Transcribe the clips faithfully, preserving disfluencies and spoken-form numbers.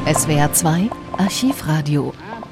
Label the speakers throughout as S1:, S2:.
S1: S W R zwei Archivradio.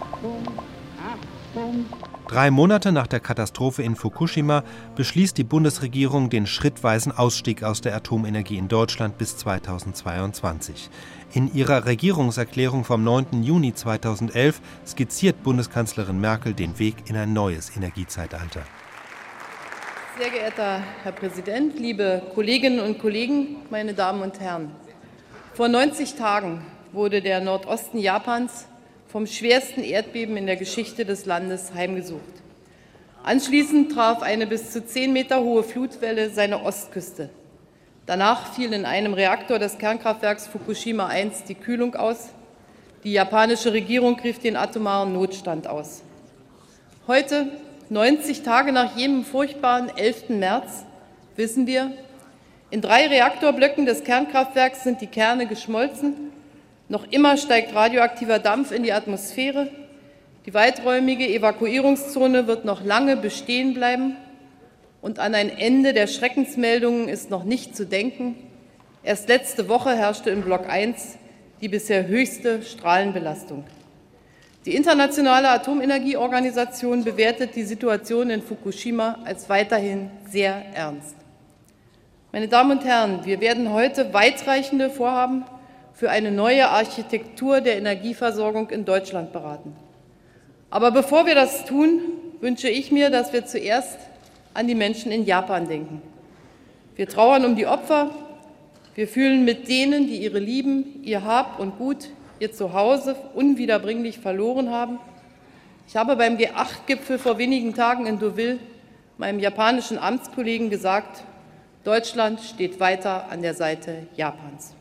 S2: Drei Monate nach der Katastrophe in Fukushima beschließt die Bundesregierung den schrittweisen Ausstieg aus der Atomenergie in Deutschland bis zweitausendzweiundzwanzig. In ihrer Regierungserklärung vom neunten Juni zweitausendelf skizziert Bundeskanzlerin Merkel den Weg in ein neues Energiezeitalter.
S3: Sehr geehrter Herr Präsident, liebe Kolleginnen und Kollegen, meine Damen und Herren! Vor neunzig Tagen wurde der Nordosten Japans vom schwersten Erdbeben in der Geschichte des Landes heimgesucht. Anschließend traf eine bis zu zehn Meter hohe Flutwelle seine Ostküste. Danach fiel in einem Reaktor des Kernkraftwerks Fukushima eins die Kühlung aus. Die japanische Regierung rief den atomaren Notstand aus. Heute, neunzig Tage nach jenem furchtbaren elften März, wissen wir, in drei Reaktorblöcken des Kernkraftwerks sind die Kerne geschmolzen. Noch immer steigt radioaktiver Dampf in die Atmosphäre. Die weiträumige Evakuierungszone wird noch lange bestehen bleiben. Und an ein Ende der Schreckensmeldungen ist noch nicht zu denken. Erst letzte Woche herrschte in Block eins die bisher höchste Strahlenbelastung. Die Internationale Atomenergieorganisation bewertet die Situation in Fukushima als weiterhin sehr ernst. Meine Damen und Herren, wir werden heute weitreichende Vorhaben für eine neue Architektur der Energieversorgung in Deutschland beraten. Aber bevor wir das tun, wünsche ich mir, dass wir zuerst an die Menschen in Japan denken. Wir trauern um die Opfer, wir fühlen mit denen, die ihre Lieben, ihr Hab und Gut, ihr Zuhause unwiederbringlich verloren haben. Ich habe beim G acht Gipfel vor wenigen Tagen in Deauville meinem japanischen Amtskollegen gesagt, Deutschland steht weiter an der Seite Japans.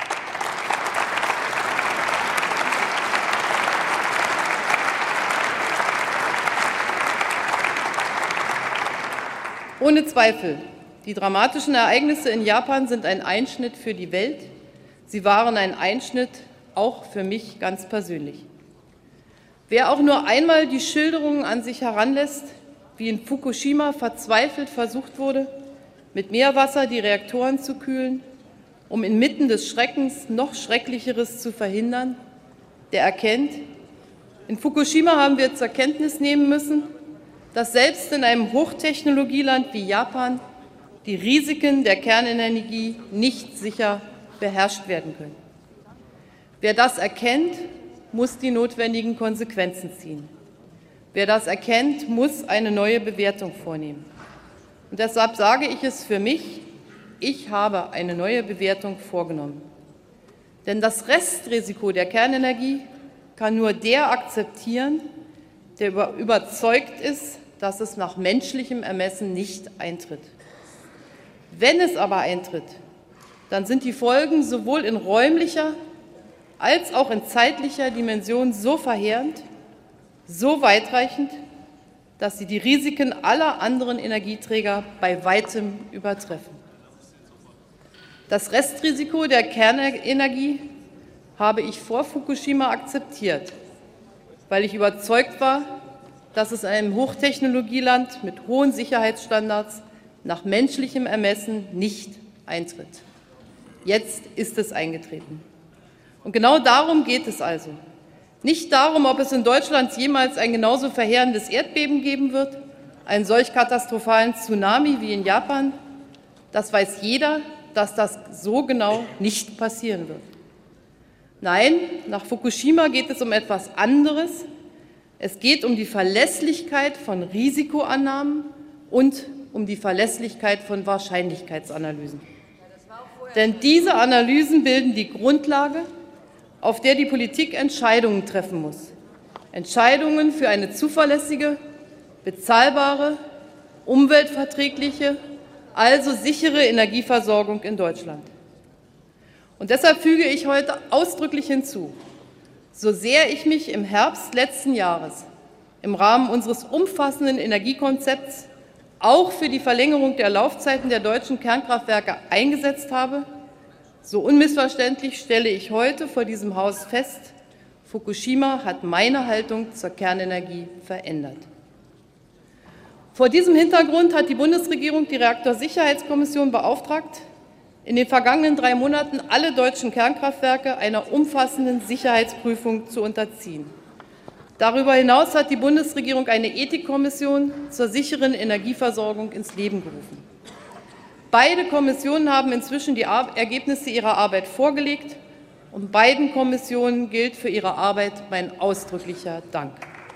S3: Ohne Zweifel, die dramatischen Ereignisse in Japan sind ein Einschnitt für die Welt. Sie waren ein Einschnitt auch für mich ganz persönlich. Wer auch nur einmal die Schilderungen an sich heranlässt, wie in Fukushima verzweifelt versucht wurde, mit Meerwasser die Reaktoren zu kühlen, um inmitten des Schreckens noch Schrecklicheres zu verhindern, der erkennt, in Fukushima haben wir zur Kenntnis nehmen müssen, dass selbst in einem Hochtechnologieland wie Japan die Risiken der Kernenergie nicht sicher beherrscht werden können. Wer das erkennt, muss die notwendigen Konsequenzen ziehen. Wer das erkennt, muss eine neue Bewertung vornehmen. Und deshalb sage ich es für mich, ich habe eine neue Bewertung vorgenommen. Denn das Restrisiko der Kernenergie kann nur der akzeptieren, der überzeugt ist, dass es nach menschlichem Ermessen nicht eintritt. Wenn es aber eintritt, dann sind die Folgen sowohl in räumlicher als auch in zeitlicher Dimension so verheerend, so weitreichend, dass sie die Risiken aller anderen Energieträger bei weitem übertreffen. Das Restrisiko der Kernenergie habe ich vor Fukushima akzeptiert, weil ich überzeugt war, dass es in einem Hochtechnologieland mit hohen Sicherheitsstandards nach menschlichem Ermessen nicht eintritt. Jetzt ist es eingetreten. Und genau darum geht es also. Nicht darum, ob es in Deutschland jemals ein genauso verheerendes Erdbeben geben wird, einen solch katastrophalen Tsunami wie in Japan. Das weiß jeder, dass das so genau nicht passieren wird. Nein, nach Fukushima geht es um etwas anderes. Es geht um die Verlässlichkeit von Risikoannahmen und um die Verlässlichkeit von Wahrscheinlichkeitsanalysen. Denn diese Analysen bilden die Grundlage, auf der die Politik Entscheidungen treffen muss. Entscheidungen für eine zuverlässige, bezahlbare, umweltverträgliche, also sichere Energieversorgung in Deutschland. Und deshalb füge ich heute ausdrücklich hinzu, so sehr ich mich im Herbst letzten Jahres im Rahmen unseres umfassenden Energiekonzepts auch für die Verlängerung der Laufzeiten der deutschen Kernkraftwerke eingesetzt habe, so unmissverständlich stelle ich heute vor diesem Haus fest, Fukushima hat meine Haltung zur Kernenergie verändert. Vor diesem Hintergrund hat die Bundesregierung die Reaktorsicherheitskommission beauftragt, in den vergangenen drei Monaten alle deutschen Kernkraftwerke einer umfassenden Sicherheitsprüfung zu unterziehen. Darüber hinaus hat die Bundesregierung eine Ethikkommission zur sicheren Energieversorgung ins Leben gerufen. Beide Kommissionen haben inzwischen die Ergebnisse ihrer Arbeit vorgelegt, und beiden Kommissionen gilt für ihre Arbeit mein ausdrücklicher Dank.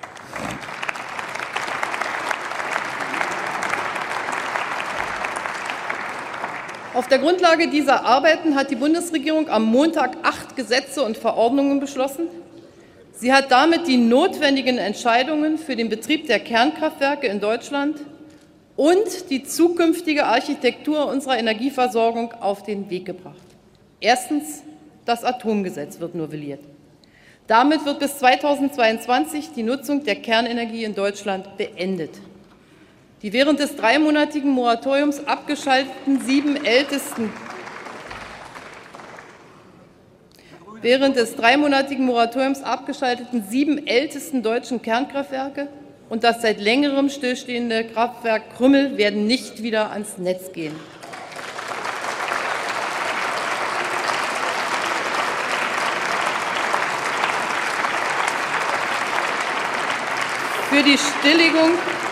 S3: Auf der Grundlage dieser Arbeiten hat die Bundesregierung am Montag acht Gesetze und Verordnungen beschlossen. Sie hat damit die notwendigen Entscheidungen für den Betrieb der Kernkraftwerke in Deutschland und die zukünftige Architektur unserer Energieversorgung auf den Weg gebracht. Erstens, das Atomgesetz wird novelliert. Damit wird bis zweitausendzweiundzwanzig die Nutzung der Kernenergie in Deutschland beendet. Die während des dreimonatigen Moratoriums abgeschalteten sieben ältesten während des dreimonatigen Moratoriums abgeschalteten sieben ältesten deutschen Kernkraftwerke und das seit längerem stillstehende Kraftwerk Krümmel werden nicht wieder ans Netz gehen. Für die Stilllegung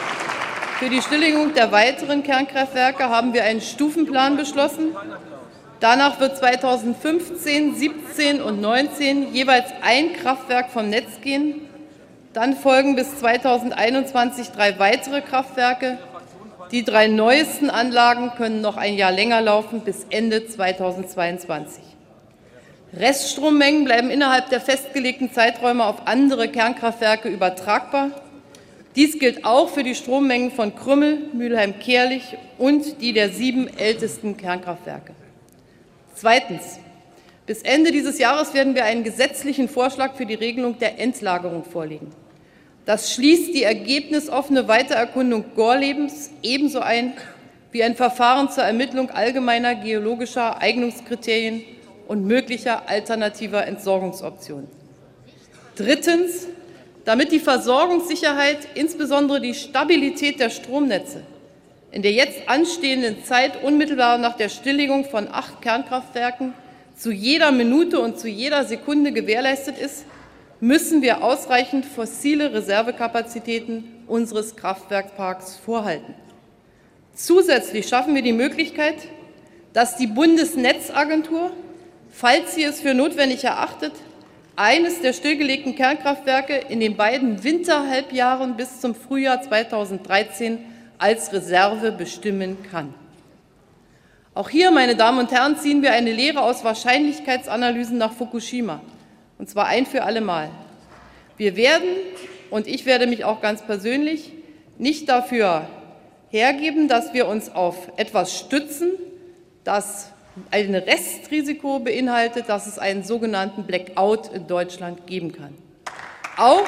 S3: Für die Stilllegung der weiteren Kernkraftwerke haben wir einen Stufenplan beschlossen. Danach wird zweitausendfünfzehn, siebzehn und neunzehn jeweils ein Kraftwerk vom Netz gehen. Dann folgen bis zweitausendeinundzwanzig drei weitere Kraftwerke. Die drei neuesten Anlagen können noch ein Jahr länger laufen, bis Ende zweitausendzweiundzwanzig. Reststrommengen bleiben innerhalb der festgelegten Zeiträume auf andere Kernkraftwerke übertragbar. Dies gilt auch für die Strommengen von Krümmel, Mülheim-Kärlich und die der sieben ältesten Kernkraftwerke. Zweitens. Bis Ende dieses Jahres werden wir einen gesetzlichen Vorschlag für die Regelung der Endlagerung vorlegen. Das schließt die ergebnisoffene Weitererkundung Gorlebens ebenso ein wie ein Verfahren zur Ermittlung allgemeiner geologischer Eignungskriterien und möglicher alternativer Entsorgungsoptionen. Drittens. Damit die Versorgungssicherheit, insbesondere die Stabilität der Stromnetze, in der jetzt anstehenden Zeit unmittelbar nach der Stilllegung von acht Kernkraftwerken zu jeder Minute und zu jeder Sekunde gewährleistet ist, müssen wir ausreichend fossile Reservekapazitäten unseres Kraftwerkparks vorhalten. Zusätzlich schaffen wir die Möglichkeit, dass die Bundesnetzagentur, falls sie es für notwendig erachtet, eines der stillgelegten Kernkraftwerke in den beiden Winterhalbjahren bis zum Frühjahr zweitausenddreizehn als Reserve bestimmen kann. Auch hier, meine Damen und Herren, ziehen wir eine Lehre aus Wahrscheinlichkeitsanalysen nach Fukushima, und zwar ein für alle Mal. Wir werden, und ich werde mich auch ganz persönlich, nicht dafür hergeben, dass wir uns auf etwas stützen, das ein Restrisiko beinhaltet, dass es einen sogenannten Blackout in Deutschland geben kann. Auch,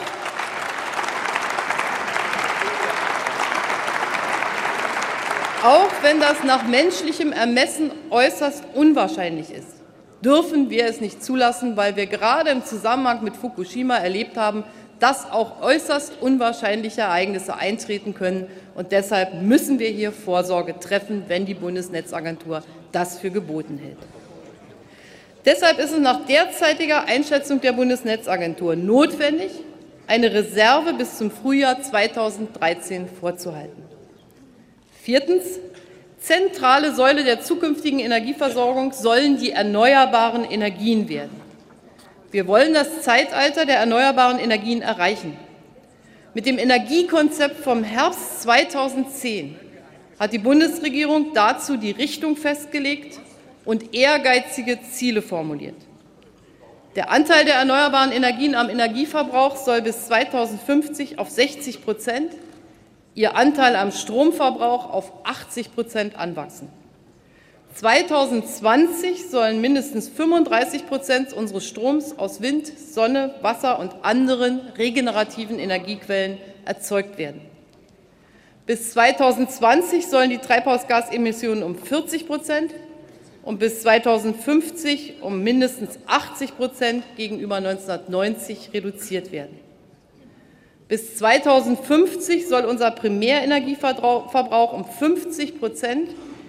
S3: auch wenn das nach menschlichem Ermessen äußerst unwahrscheinlich ist, dürfen wir es nicht zulassen, weil wir gerade im Zusammenhang mit Fukushima erlebt haben, dass auch äußerst unwahrscheinliche Ereignisse eintreten können. Und deshalb müssen wir hier Vorsorge treffen, wenn die Bundesnetzagentur das für geboten hält. Deshalb ist es nach derzeitiger Einschätzung der Bundesnetzagentur notwendig, eine Reserve bis zum Frühjahr zweitausenddreizehn vorzuhalten. Viertens. Zentrale Säule der zukünftigen Energieversorgung sollen die erneuerbaren Energien werden. Wir wollen das Zeitalter der erneuerbaren Energien erreichen. Mit dem Energiekonzept vom Herbst zweitausendzehn hat die Bundesregierung dazu die Richtung festgelegt und ehrgeizige Ziele formuliert. Der Anteil der erneuerbaren Energien am Energieverbrauch soll bis zweitausendfünfzig auf sechzig Prozent, ihr Anteil am Stromverbrauch auf achtzig Prozent anwachsen. zweitausendzwanzig sollen mindestens fünfunddreißig Prozent unseres Stroms aus Wind, Sonne, Wasser und anderen regenerativen Energiequellen erzeugt werden. Bis zweitausendzwanzig sollen die Treibhausgasemissionen um vierzig Prozent und bis zweitausendfünfzig um mindestens achtzig Prozent gegenüber neunzehnhundertneunzig reduziert werden. Bis zweitausendfünfzig soll unser Primärenergieverbrauch um fünfzig Prozent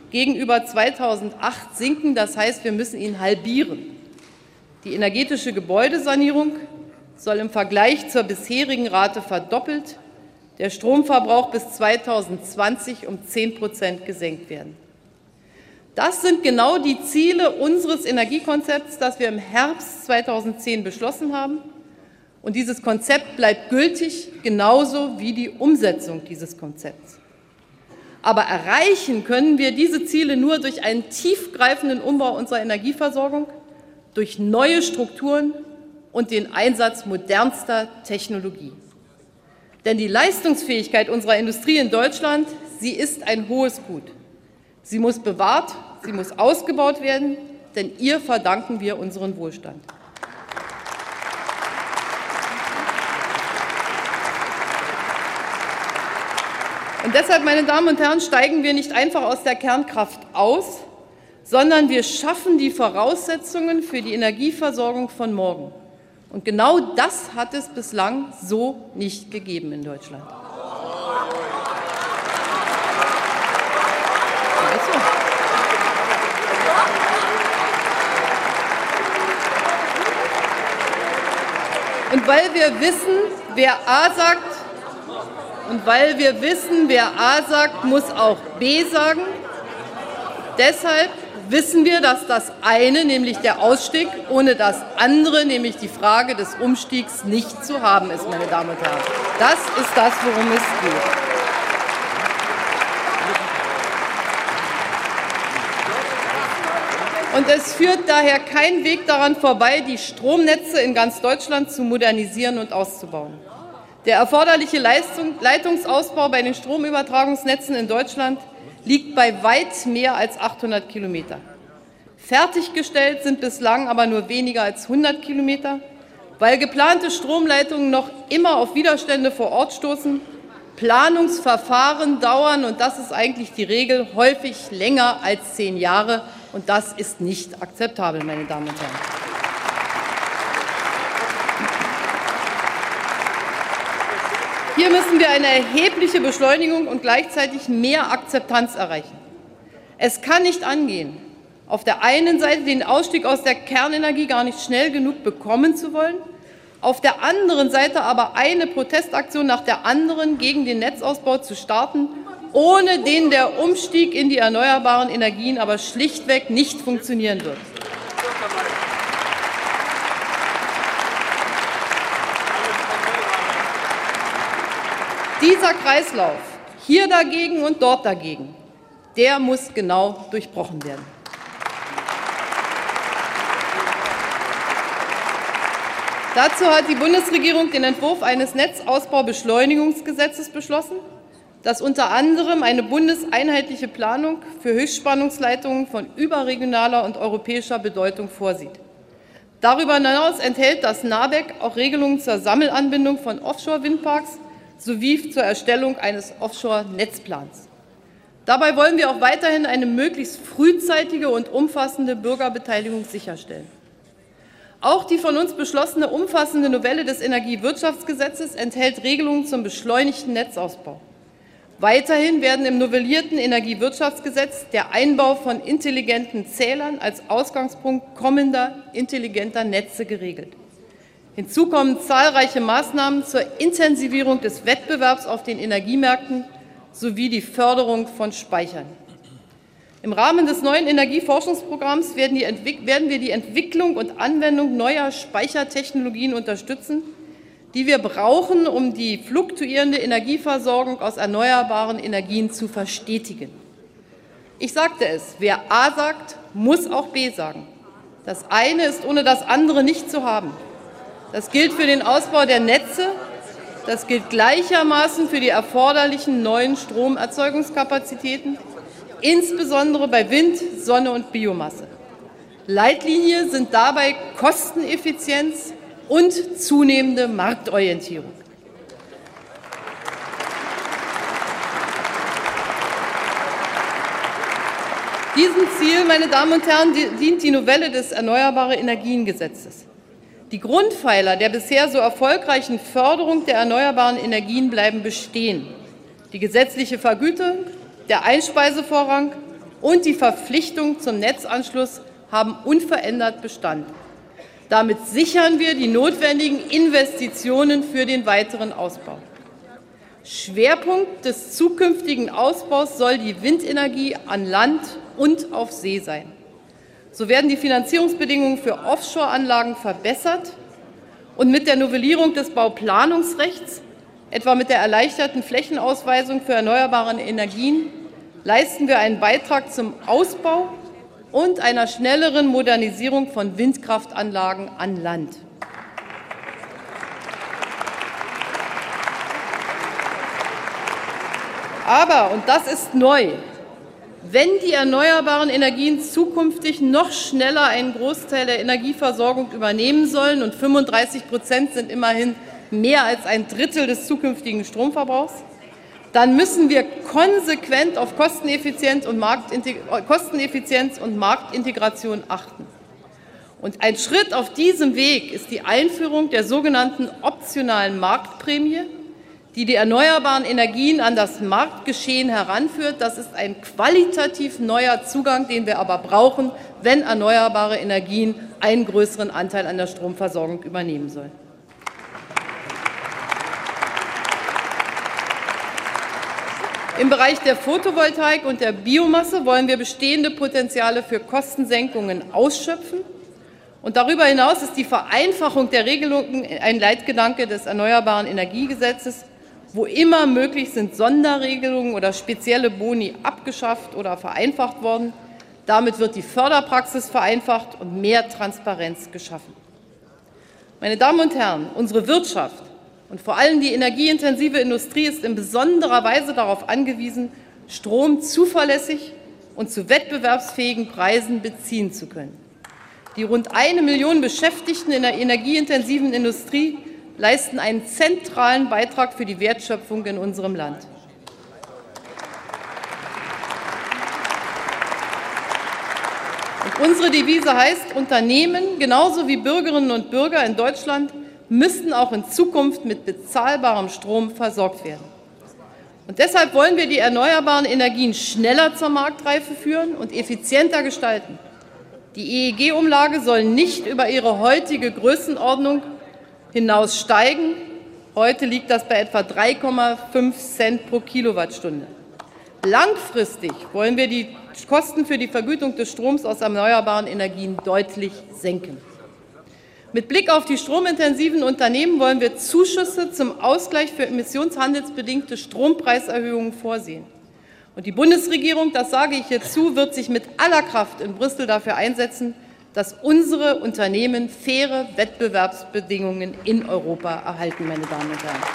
S3: gegenüber zweitausendacht sinken. Das heißt, wir müssen ihn halbieren. Die energetische Gebäudesanierung soll im Vergleich zur bisherigen Rate verdoppelt, der Stromverbrauch bis zweitausendzwanzig um zehn Prozent gesenkt werden. Das sind genau die Ziele unseres Energiekonzepts, das wir im Herbst zweitausendzehn beschlossen haben. Und dieses Konzept bleibt gültig, genauso wie die Umsetzung dieses Konzepts. Aber erreichen können wir diese Ziele nur durch einen tiefgreifenden Umbau unserer Energieversorgung, durch neue Strukturen und den Einsatz modernster Technologie. Denn die Leistungsfähigkeit unserer Industrie in Deutschland, sie ist ein hohes Gut. Sie muss bewahrt, sie muss ausgebaut werden, denn ihr verdanken wir unseren Wohlstand. Und deshalb, meine Damen und Herren, steigen wir nicht einfach aus der Kernkraft aus, sondern wir schaffen die Voraussetzungen für die Energieversorgung von morgen. Und genau das hat es bislang so nicht gegeben in Deutschland. Und weil wir wissen, wer A sagt, und weil wir wissen, wer A sagt, muss auch B sagen, deshalb wissen wir, dass das eine, nämlich der Ausstieg, ohne das andere, nämlich die Frage des Umstiegs, nicht zu haben ist, meine Damen und Herren. Das ist das, worum es geht. Und es führt daher kein Weg daran vorbei, die Stromnetze in ganz Deutschland zu modernisieren und auszubauen. Der erforderliche Leistung, Leitungsausbau bei den Stromübertragungsnetzen in Deutschland liegt bei weit mehr als achthundert Kilometer. Fertiggestellt sind bislang aber nur weniger als hundert Kilometer, weil geplante Stromleitungen noch immer auf Widerstände vor Ort stoßen, Planungsverfahren dauern, und das ist eigentlich die Regel, häufig länger als zehn Jahre. Und das ist nicht akzeptabel, meine Damen und Herren. Hier müssen wir eine erhebliche Beschleunigung und gleichzeitig mehr Akzeptanz erreichen. Es kann nicht angehen, auf der einen Seite den Ausstieg aus der Kernenergie gar nicht schnell genug bekommen zu wollen, auf der anderen Seite aber eine Protestaktion nach der anderen gegen den Netzausbau zu starten, ohne den der Umstieg in die erneuerbaren Energien aber schlichtweg nicht funktionieren wird. Dieser Kreislauf, hier dagegen und dort dagegen, der muss genau durchbrochen werden. Dazu hat die Bundesregierung den Entwurf eines Netzausbaubeschleunigungsgesetzes beschlossen, das unter anderem eine bundeseinheitliche Planung für Höchstspannungsleitungen von überregionaler und europäischer Bedeutung vorsieht. Darüber hinaus enthält das NABEC auch Regelungen zur Sammelanbindung von Offshore-Windparks sowie zur Erstellung eines Offshore-Netzplans. Dabei wollen wir auch weiterhin eine möglichst frühzeitige und umfassende Bürgerbeteiligung sicherstellen. Auch die von uns beschlossene umfassende Novelle des Energiewirtschaftsgesetzes enthält Regelungen zum beschleunigten Netzausbau. Weiterhin werden im novellierten Energiewirtschaftsgesetz der Einbau von intelligenten Zählern als Ausgangspunkt kommender intelligenter Netze geregelt. Hinzu kommen zahlreiche Maßnahmen zur Intensivierung des Wettbewerbs auf den Energiemärkten sowie die Förderung von Speichern. Im Rahmen des neuen Energieforschungsprogramms werden, die, werden wir die Entwicklung und Anwendung neuer Speichertechnologien unterstützen, die wir brauchen, um die fluktuierende Energieversorgung aus erneuerbaren Energien zu verstetigen. Ich sagte es, wer A sagt, muss auch B sagen. Das eine ist ohne das andere nicht zu haben. Das gilt für den Ausbau der Netze, das gilt gleichermaßen für die erforderlichen neuen Stromerzeugungskapazitäten, insbesondere bei Wind, Sonne und Biomasse. Leitlinie sind dabei Kosteneffizienz und zunehmende Marktorientierung. Diesem Ziel, meine Damen und Herren, dient die Novelle des Erneuerbare Energien Gesetzes. Die Grundpfeiler der bisher so erfolgreichen Förderung der erneuerbaren Energien bleiben bestehen. Die gesetzliche Vergütung, der Einspeisevorrang und die Verpflichtung zum Netzanschluss haben unverändert Bestand. Damit sichern wir die notwendigen Investitionen für den weiteren Ausbau. Schwerpunkt des zukünftigen Ausbaus soll die Windenergie an Land und auf See sein. So werden die Finanzierungsbedingungen für Offshore-Anlagen verbessert und mit der Novellierung des Bauplanungsrechts, etwa mit der erleichterten Flächenausweisung für erneuerbare Energien, leisten wir einen Beitrag zum Ausbau und einer schnelleren Modernisierung von Windkraftanlagen an Land. Aber, und das ist neu, wenn die erneuerbaren Energien zukünftig noch schneller einen Großteil der Energieversorgung übernehmen sollen, und fünfunddreißig Prozent sind immerhin mehr als ein Drittel des zukünftigen Stromverbrauchs, dann müssen wir konsequent auf Kosteneffizienz und Marktinteg- und Marktintegration achten. Und ein Schritt auf diesem Weg ist die Einführung der sogenannten optionalen Marktprämie, die die erneuerbaren Energien an das Marktgeschehen heranführt. Das ist ein qualitativ neuer Zugang, den wir aber brauchen, wenn erneuerbare Energien einen größeren Anteil an der Stromversorgung übernehmen sollen. Im Bereich der Photovoltaik und der Biomasse wollen wir bestehende Potenziale für Kostensenkungen ausschöpfen. Und darüber hinaus ist die Vereinfachung der Regelungen ein Leitgedanke des Erneuerbaren Energiegesetzes. Wo immer möglich sind Sonderregelungen oder spezielle Boni abgeschafft oder vereinfacht worden. Damit wird die Förderpraxis vereinfacht und mehr Transparenz geschaffen. Meine Damen und Herren, unsere Wirtschaft und vor allem die energieintensive Industrie ist in besonderer Weise darauf angewiesen, Strom zuverlässig und zu wettbewerbsfähigen Preisen beziehen zu können. Die rund eine Million Beschäftigten in der energieintensiven Industrie leisten einen zentralen Beitrag für die Wertschöpfung in unserem Land. Und unsere Devise heißt, Unternehmen genauso wie Bürgerinnen und Bürger in Deutschland müssen auch in Zukunft mit bezahlbarem Strom versorgt werden. Und deshalb wollen wir die erneuerbaren Energien schneller zur Marktreife führen und effizienter gestalten. Die E E G-Umlage soll nicht über ihre heutige Größenordnung hinaus steigen. Heute liegt das bei etwa drei Komma fünf Cent pro Kilowattstunde. Langfristig wollen wir die Kosten für die Vergütung des Stroms aus erneuerbaren Energien deutlich senken. Mit Blick auf die stromintensiven Unternehmen wollen wir Zuschüsse zum Ausgleich für emissionshandelsbedingte Strompreiserhöhungen vorsehen. Und die Bundesregierung, das sage ich hierzu, wird sich mit aller Kraft in Brüssel dafür einsetzen, dass unsere Unternehmen faire Wettbewerbsbedingungen in Europa erhalten, meine Damen und Herren.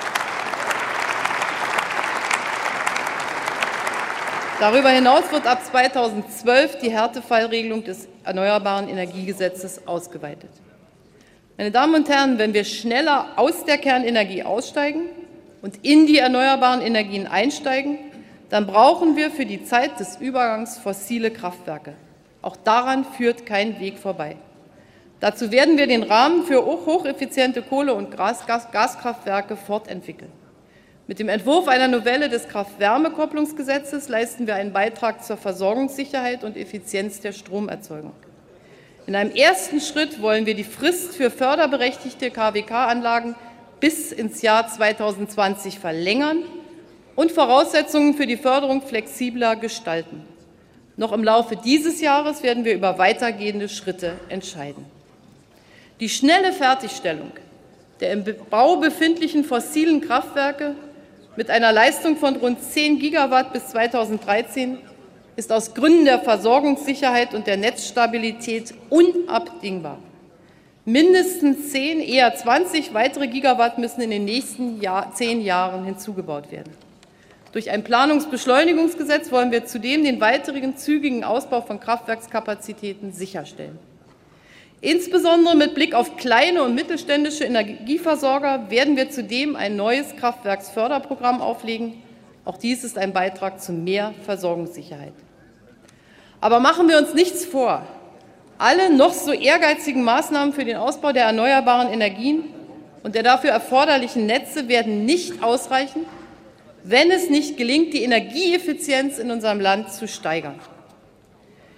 S3: Darüber hinaus wird ab zweitausendzwölf die Härtefallregelung des Erneuerbaren Energiegesetzes ausgeweitet. Meine Damen und Herren, wenn wir schneller aus der Kernenergie aussteigen und in die erneuerbaren Energien einsteigen, dann brauchen wir für die Zeit des Übergangs fossile Kraftwerke. Auch daran führt kein Weg vorbei. Dazu werden wir den Rahmen für hocheffiziente Kohle- und Gaskraftwerke fortentwickeln. Mit dem Entwurf einer Novelle des Kraft-Wärme-Kopplungsgesetzes leisten wir einen Beitrag zur Versorgungssicherheit und Effizienz der Stromerzeugung. In einem ersten Schritt wollen wir die Frist für förderberechtigte K W K-Anlagen bis ins Jahr zweitausendzwanzig verlängern und Voraussetzungen für die Förderung flexibler gestalten. Noch im Laufe dieses Jahres werden wir über weitergehende Schritte entscheiden. Die schnelle Fertigstellung der im Bau befindlichen fossilen Kraftwerke mit einer Leistung von rund zehn Gigawatt bis zweitausenddreizehn ist aus Gründen der Versorgungssicherheit und der Netzstabilität unabdingbar. Mindestens zehn, eher zwanzig weitere Gigawatt müssen in den nächsten Jahr, zehn Jahren hinzugebaut werden. Durch ein Planungsbeschleunigungsgesetz wollen wir zudem den weiteren zügigen Ausbau von Kraftwerkskapazitäten sicherstellen. Insbesondere mit Blick auf kleine und mittelständische Energieversorger werden wir zudem ein neues Kraftwerksförderprogramm auflegen. Auch dies ist ein Beitrag zu mehr Versorgungssicherheit. Aber machen wir uns nichts vor. Alle noch so ehrgeizigen Maßnahmen für den Ausbau der erneuerbaren Energien und der dafür erforderlichen Netze werden nicht ausreichen, wenn es nicht gelingt, die Energieeffizienz in unserem Land zu steigern.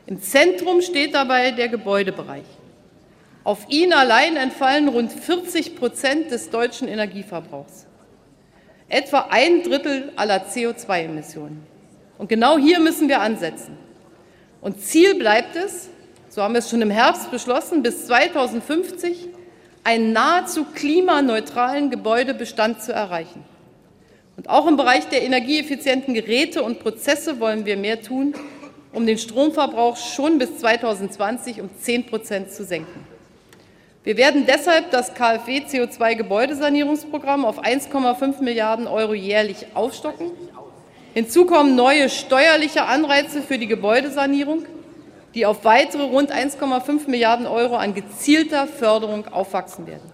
S3: Im Zentrum steht dabei der Gebäudebereich. Auf ihn allein entfallen rund vierzig Prozent des deutschen Energieverbrauchs, etwa ein Drittel aller C O zwei Emissionen. Und genau hier müssen wir ansetzen. Und Ziel bleibt es, so haben wir es schon im Herbst beschlossen, bis zweitausendfünfzig einen nahezu klimaneutralen Gebäudebestand zu erreichen. Und auch im Bereich der energieeffizienten Geräte und Prozesse wollen wir mehr tun, um den Stromverbrauch schon bis zweitausendzwanzig um zehn Prozent zu senken. Wir werden deshalb das KfW-C O zwei Gebäudesanierungsprogramm auf eins Komma fünf Milliarden Euro jährlich aufstocken. Hinzu kommen neue steuerliche Anreize für die Gebäudesanierung, die auf weitere rund eins Komma fünf Milliarden Euro an gezielter Förderung aufwachsen werden.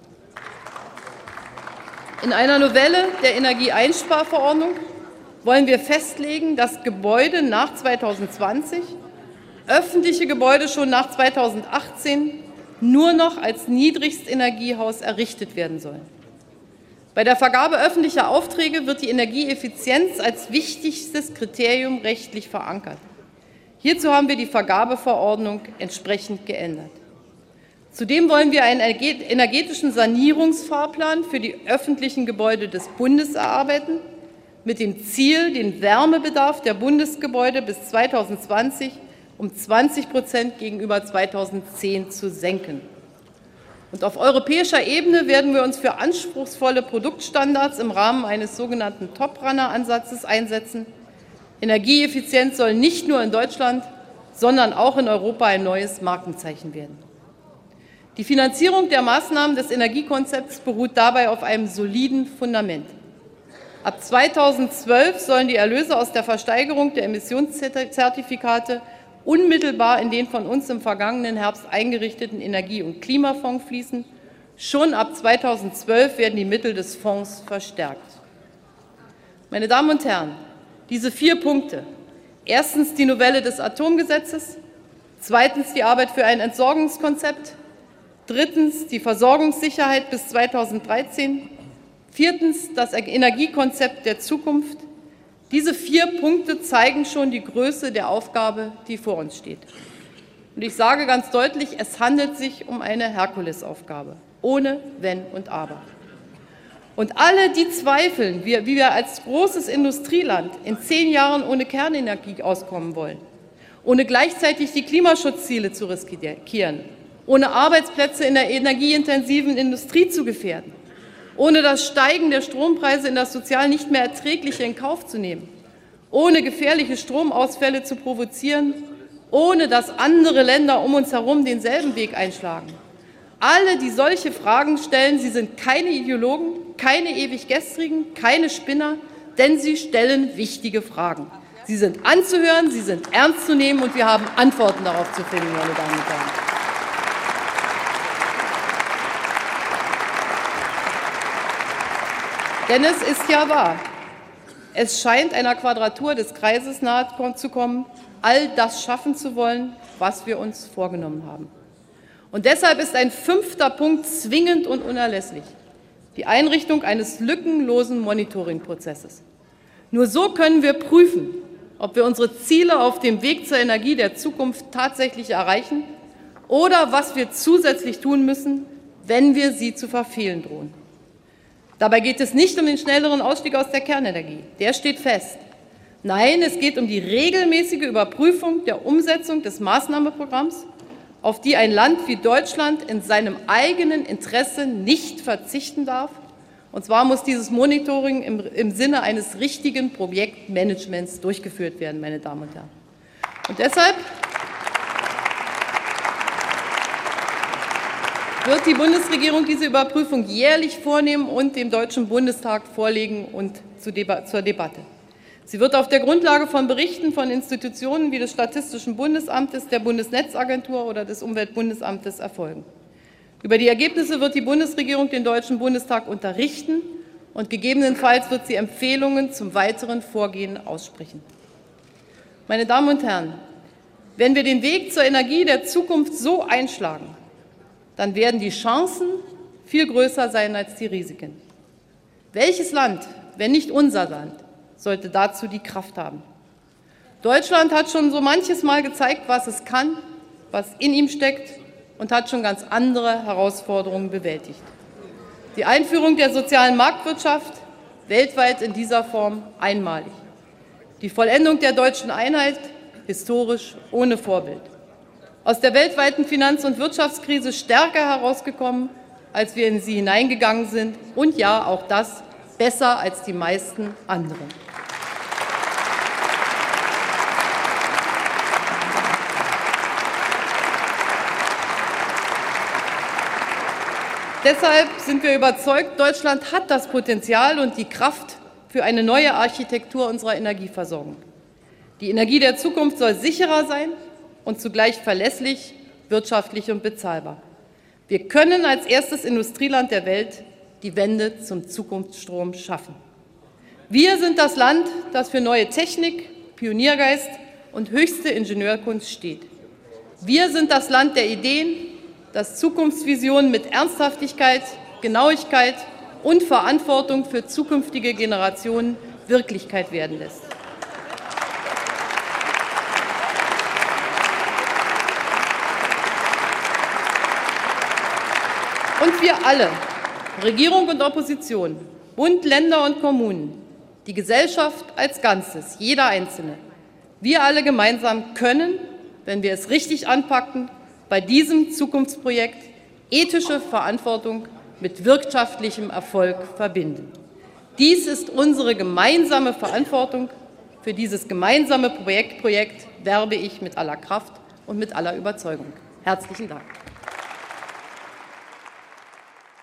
S3: In einer Novelle der Energieeinsparverordnung wollen wir festlegen, dass Gebäude nach zweitausendzwanzig, öffentliche Gebäude schon nach zweitausendachtzehn nur noch als Niedrigstenergiehaus errichtet werden sollen. Bei der Vergabe öffentlicher Aufträge wird die Energieeffizienz als wichtigstes Kriterium rechtlich verankert. Hierzu haben wir die Vergabeverordnung entsprechend geändert. Zudem wollen wir einen energetischen Sanierungsfahrplan für die öffentlichen Gebäude des Bundes erarbeiten, mit dem Ziel, den Wärmebedarf der Bundesgebäude bis zweitausendzwanzig um zwanzig Prozent gegenüber zweitausendzehn zu senken. Und auf europäischer Ebene werden wir uns für anspruchsvolle Produktstandards im Rahmen eines sogenannten Top-Runner-Ansatzes einsetzen. Energieeffizienz soll nicht nur in Deutschland, sondern auch in Europa ein neues Markenzeichen werden. Die Finanzierung der Maßnahmen des Energiekonzepts beruht dabei auf einem soliden Fundament. Ab zweitausendzwölf sollen die Erlöse aus der Versteigerung der Emissionszertifikate unmittelbar in den von uns im vergangenen Herbst eingerichteten Energie- und Klimafonds fließen. Schon ab zweitausendzwölf werden die Mittel des Fonds verstärkt. Meine Damen und Herren, diese vier Punkte: Erstens die Novelle des Atomgesetzes, zweitens die Arbeit für ein Entsorgungskonzept, drittens die Versorgungssicherheit bis zweitausenddreizehn, viertens das Energiekonzept der Zukunft. Diese vier Punkte zeigen schon die Größe der Aufgabe, die vor uns steht. Und ich sage ganz deutlich, es handelt sich um eine Herkulesaufgabe, ohne Wenn und Aber. Und alle, die zweifeln, wie wir als großes Industrieland in zehn Jahren ohne Kernenergie auskommen wollen, ohne gleichzeitig die Klimaschutzziele zu riskieren, ohne Arbeitsplätze in der energieintensiven Industrie zu gefährden, ohne das Steigen der Strompreise in das sozial nicht mehr Erträgliche in Kauf zu nehmen, ohne gefährliche Stromausfälle zu provozieren, ohne dass andere Länder um uns herum denselben Weg einschlagen. Alle, die solche Fragen stellen, sie sind keine Ideologen, keine Ewiggestrigen, keine Spinner, denn sie stellen wichtige Fragen. Sie sind anzuhören, sie sind ernst zu nehmen, und wir haben Antworten darauf zu finden, meine Damen und Herren. Denn es ist ja wahr, es scheint einer Quadratur des Kreises nahe zu kommen, all das schaffen zu wollen, was wir uns vorgenommen haben. Und deshalb ist ein fünfter Punkt zwingend und unerlässlich: die Einrichtung eines lückenlosen Monitoringprozesses. Nur so können wir prüfen, ob wir unsere Ziele auf dem Weg zur Energie der Zukunft tatsächlich erreichen oder was wir zusätzlich tun müssen, wenn wir sie zu verfehlen drohen. Dabei geht es nicht um den schnelleren Ausstieg aus der Kernenergie, der steht fest. Nein, es geht um die regelmäßige Überprüfung der Umsetzung des Maßnahmenprogramms, auf die ein Land wie Deutschland in seinem eigenen Interesse nicht verzichten darf. Und zwar muss dieses Monitoring im, im Sinne eines richtigen Projektmanagements durchgeführt werden, meine Damen und Herren. Und deshalb wird die Bundesregierung diese Überprüfung jährlich vornehmen und dem Deutschen Bundestag vorlegen und zur Debatte. Sie wird auf der Grundlage von Berichten von Institutionen wie des Statistischen Bundesamtes, der Bundesnetzagentur oder des Umweltbundesamtes erfolgen. Über die Ergebnisse wird die Bundesregierung den Deutschen Bundestag unterrichten, und gegebenenfalls wird sie Empfehlungen zum weiteren Vorgehen aussprechen. Meine Damen und Herren, wenn wir den Weg zur Energie der Zukunft so einschlagen, dann werden die Chancen viel größer sein als die Risiken. Welches Land, wenn nicht unser Land, sollte dazu die Kraft haben? Deutschland hat schon so manches Mal gezeigt, was es kann, was in ihm steckt und hat schon ganz andere Herausforderungen bewältigt. Die Einführung der sozialen Marktwirtschaft, weltweit in dieser Form einmalig. Die Vollendung der deutschen Einheit, historisch ohne Vorbild. Aus der weltweiten Finanz- und Wirtschaftskrise stärker herausgekommen, als wir in sie hineingegangen sind. Und ja, auch das besser als die meisten anderen. Deshalb sind wir überzeugt, Deutschland hat das Potenzial und die Kraft für eine neue Architektur unserer Energieversorgung. Die Energie der Zukunft soll sicherer sein und zugleich verlässlich, wirtschaftlich und bezahlbar. Wir können als erstes Industrieland der Welt die Wende zum Zukunftsstrom schaffen. Wir sind das Land, das für neue Technik, Pioniergeist und höchste Ingenieurkunst steht. Wir sind das Land der Ideen, das Zukunftsvisionen mit Ernsthaftigkeit, Genauigkeit und Verantwortung für zukünftige Generationen Wirklichkeit werden lässt. Und wir alle, Regierung und Opposition, Bund, Länder und Kommunen, die Gesellschaft als Ganzes, jeder Einzelne, wir alle gemeinsam können, wenn wir es richtig anpacken, bei diesem Zukunftsprojekt ethische Verantwortung mit wirtschaftlichem Erfolg verbinden. Dies ist unsere gemeinsame Verantwortung. Für dieses gemeinsame Projekt, Projekt werbe ich mit aller Kraft und mit aller Überzeugung. Herzlichen Dank.